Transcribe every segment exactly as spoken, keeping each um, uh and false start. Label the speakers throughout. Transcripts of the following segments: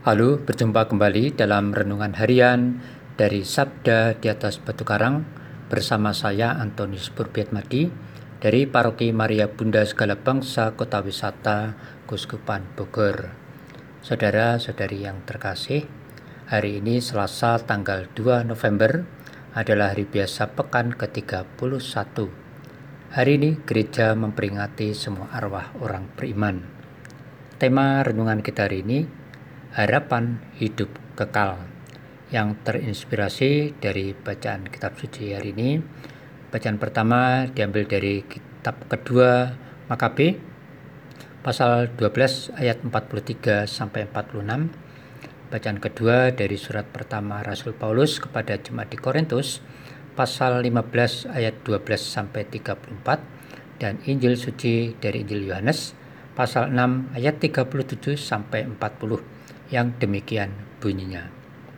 Speaker 1: Halo, berjumpa kembali dalam renungan harian dari Sabda di atas Batu Karang bersama saya Antonius Purbiatmadi dari Paroki Maria Bunda Segala Bangsa Kota Wisata Keuskupan Bogor. Saudara-saudari yang terkasih, hari ini Selasa tanggal dua November adalah hari biasa pekan ke tiga puluh satu. Hari ini gereja memperingati semua arwah orang beriman. Tema renungan kita hari ini, harapan hidup kekal, yang terinspirasi dari bacaan kitab suci hari ini. Bacaan pertama diambil dari kitab kedua Makabe pasal dua belas ayat empat puluh tiga sampai empat puluh enam. Bacaan kedua dari surat pertama Rasul Paulus kepada jemaat di Korintus pasal lima belas ayat dua belas sampai tiga puluh empat, dan Injil suci dari Injil Yohanes pasal enam ayat tiga puluh tujuh sampai empat puluh, yang demikian bunyinya.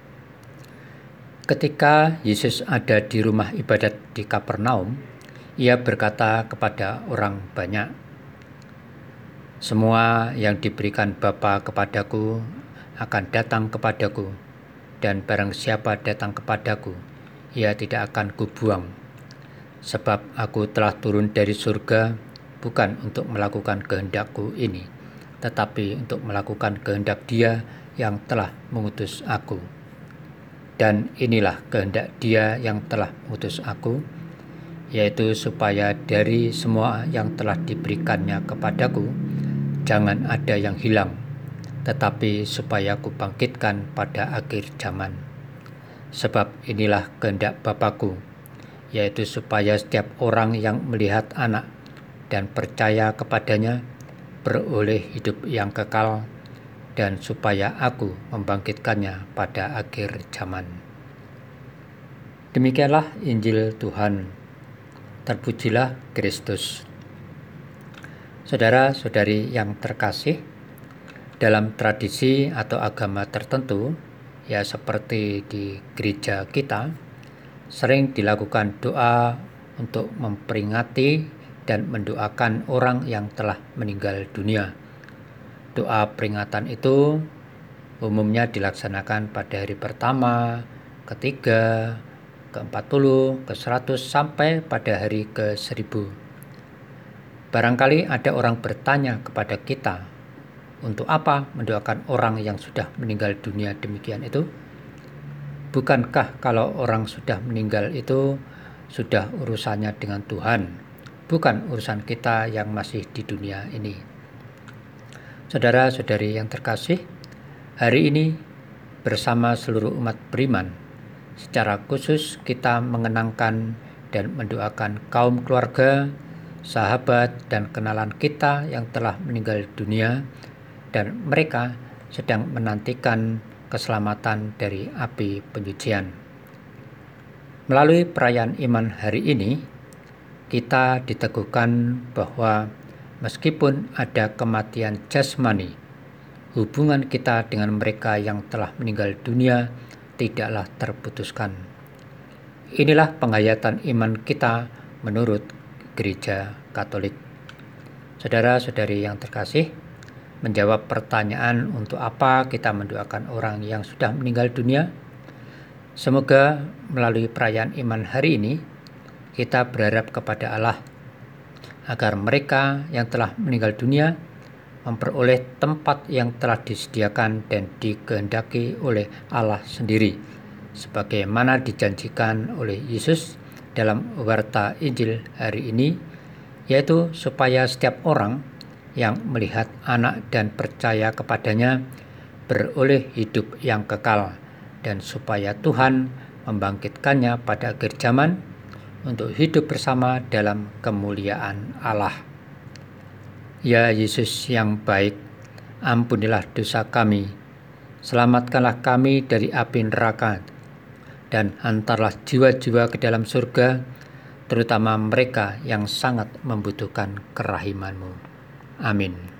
Speaker 1: Ketika Yesus ada di rumah ibadat di Kapernaum, ia berkata kepada orang banyak, "Semua yang diberikan Bapa kepadaku akan datang kepadaku, dan barang siapa datang kepadaku, ia tidak akan kubuang. Sebab aku telah turun dari surga bukan untuk melakukan kehendakku ini, tetapi untuk melakukan kehendak Dia yang telah mengutus aku. Dan inilah kehendak Dia yang telah mengutus aku, yaitu supaya dari semua yang telah diberikannya kepadaku, jangan ada yang hilang, tetapi supaya aku bangkitkan pada akhir zaman. Sebab inilah kehendak Bapakku, yaitu supaya setiap orang yang melihat Anak dan percaya kepadanya beroleh hidup yang kekal, dan supaya aku membangkitkannya pada akhir zaman." Demikianlah Injil Tuhan. Terpujilah Kristus. Saudara-saudari yang terkasih, dalam tradisi atau agama tertentu, ya seperti di gereja kita, sering dilakukan doa untuk memperingati dan mendoakan orang yang telah meninggal dunia. Doa peringatan itu umumnya dilaksanakan pada hari pertama, ketiga, ke empat puluh, ke seratus, sampai pada hari ke seribu. Barangkali ada orang bertanya kepada kita, untuk apa mendoakan orang yang sudah meninggal dunia demikian itu? Bukankah kalau orang sudah meninggal itu sudah urusannya dengan Tuhan, bukan urusan kita yang masih di dunia ini? Saudara-saudari yang terkasih, hari ini bersama seluruh umat beriman, secara khusus kita mengenangkan dan mendoakan kaum keluarga, sahabat, dan kenalan kita yang telah meninggal dunia, dan mereka sedang menantikan keselamatan dari api penyucian. Melalui perayaan iman hari ini, kita diteguhkan bahwa meskipun ada kematian jasmani, hubungan kita dengan mereka yang telah meninggal dunia tidaklah terputuskan. Inilah penghayatan iman kita menurut Gereja Katolik. Saudara-saudari yang terkasih, menjawab pertanyaan untuk apa kita mendoakan orang yang sudah meninggal dunia, semoga melalui perayaan iman hari ini kita berharap kepada Allah agar mereka yang telah meninggal dunia memperoleh tempat yang telah disediakan dan dikehendaki oleh Allah sendiri, sebagaimana dijanjikan oleh Yesus dalam warta Injil hari ini, yaitu supaya setiap orang yang melihat Anak dan percaya kepadanya beroleh hidup yang kekal, dan supaya Tuhan membangkitkannya pada akhir zaman untuk hidup bersama dalam kemuliaan Allah. Ya Yesus yang baik, ampunilah dosa kami, selamatkanlah kami dari api neraka, dan hantarlah jiwa-jiwa ke dalam surga, terutama mereka yang sangat membutuhkan kerahiman-Mu. Amin.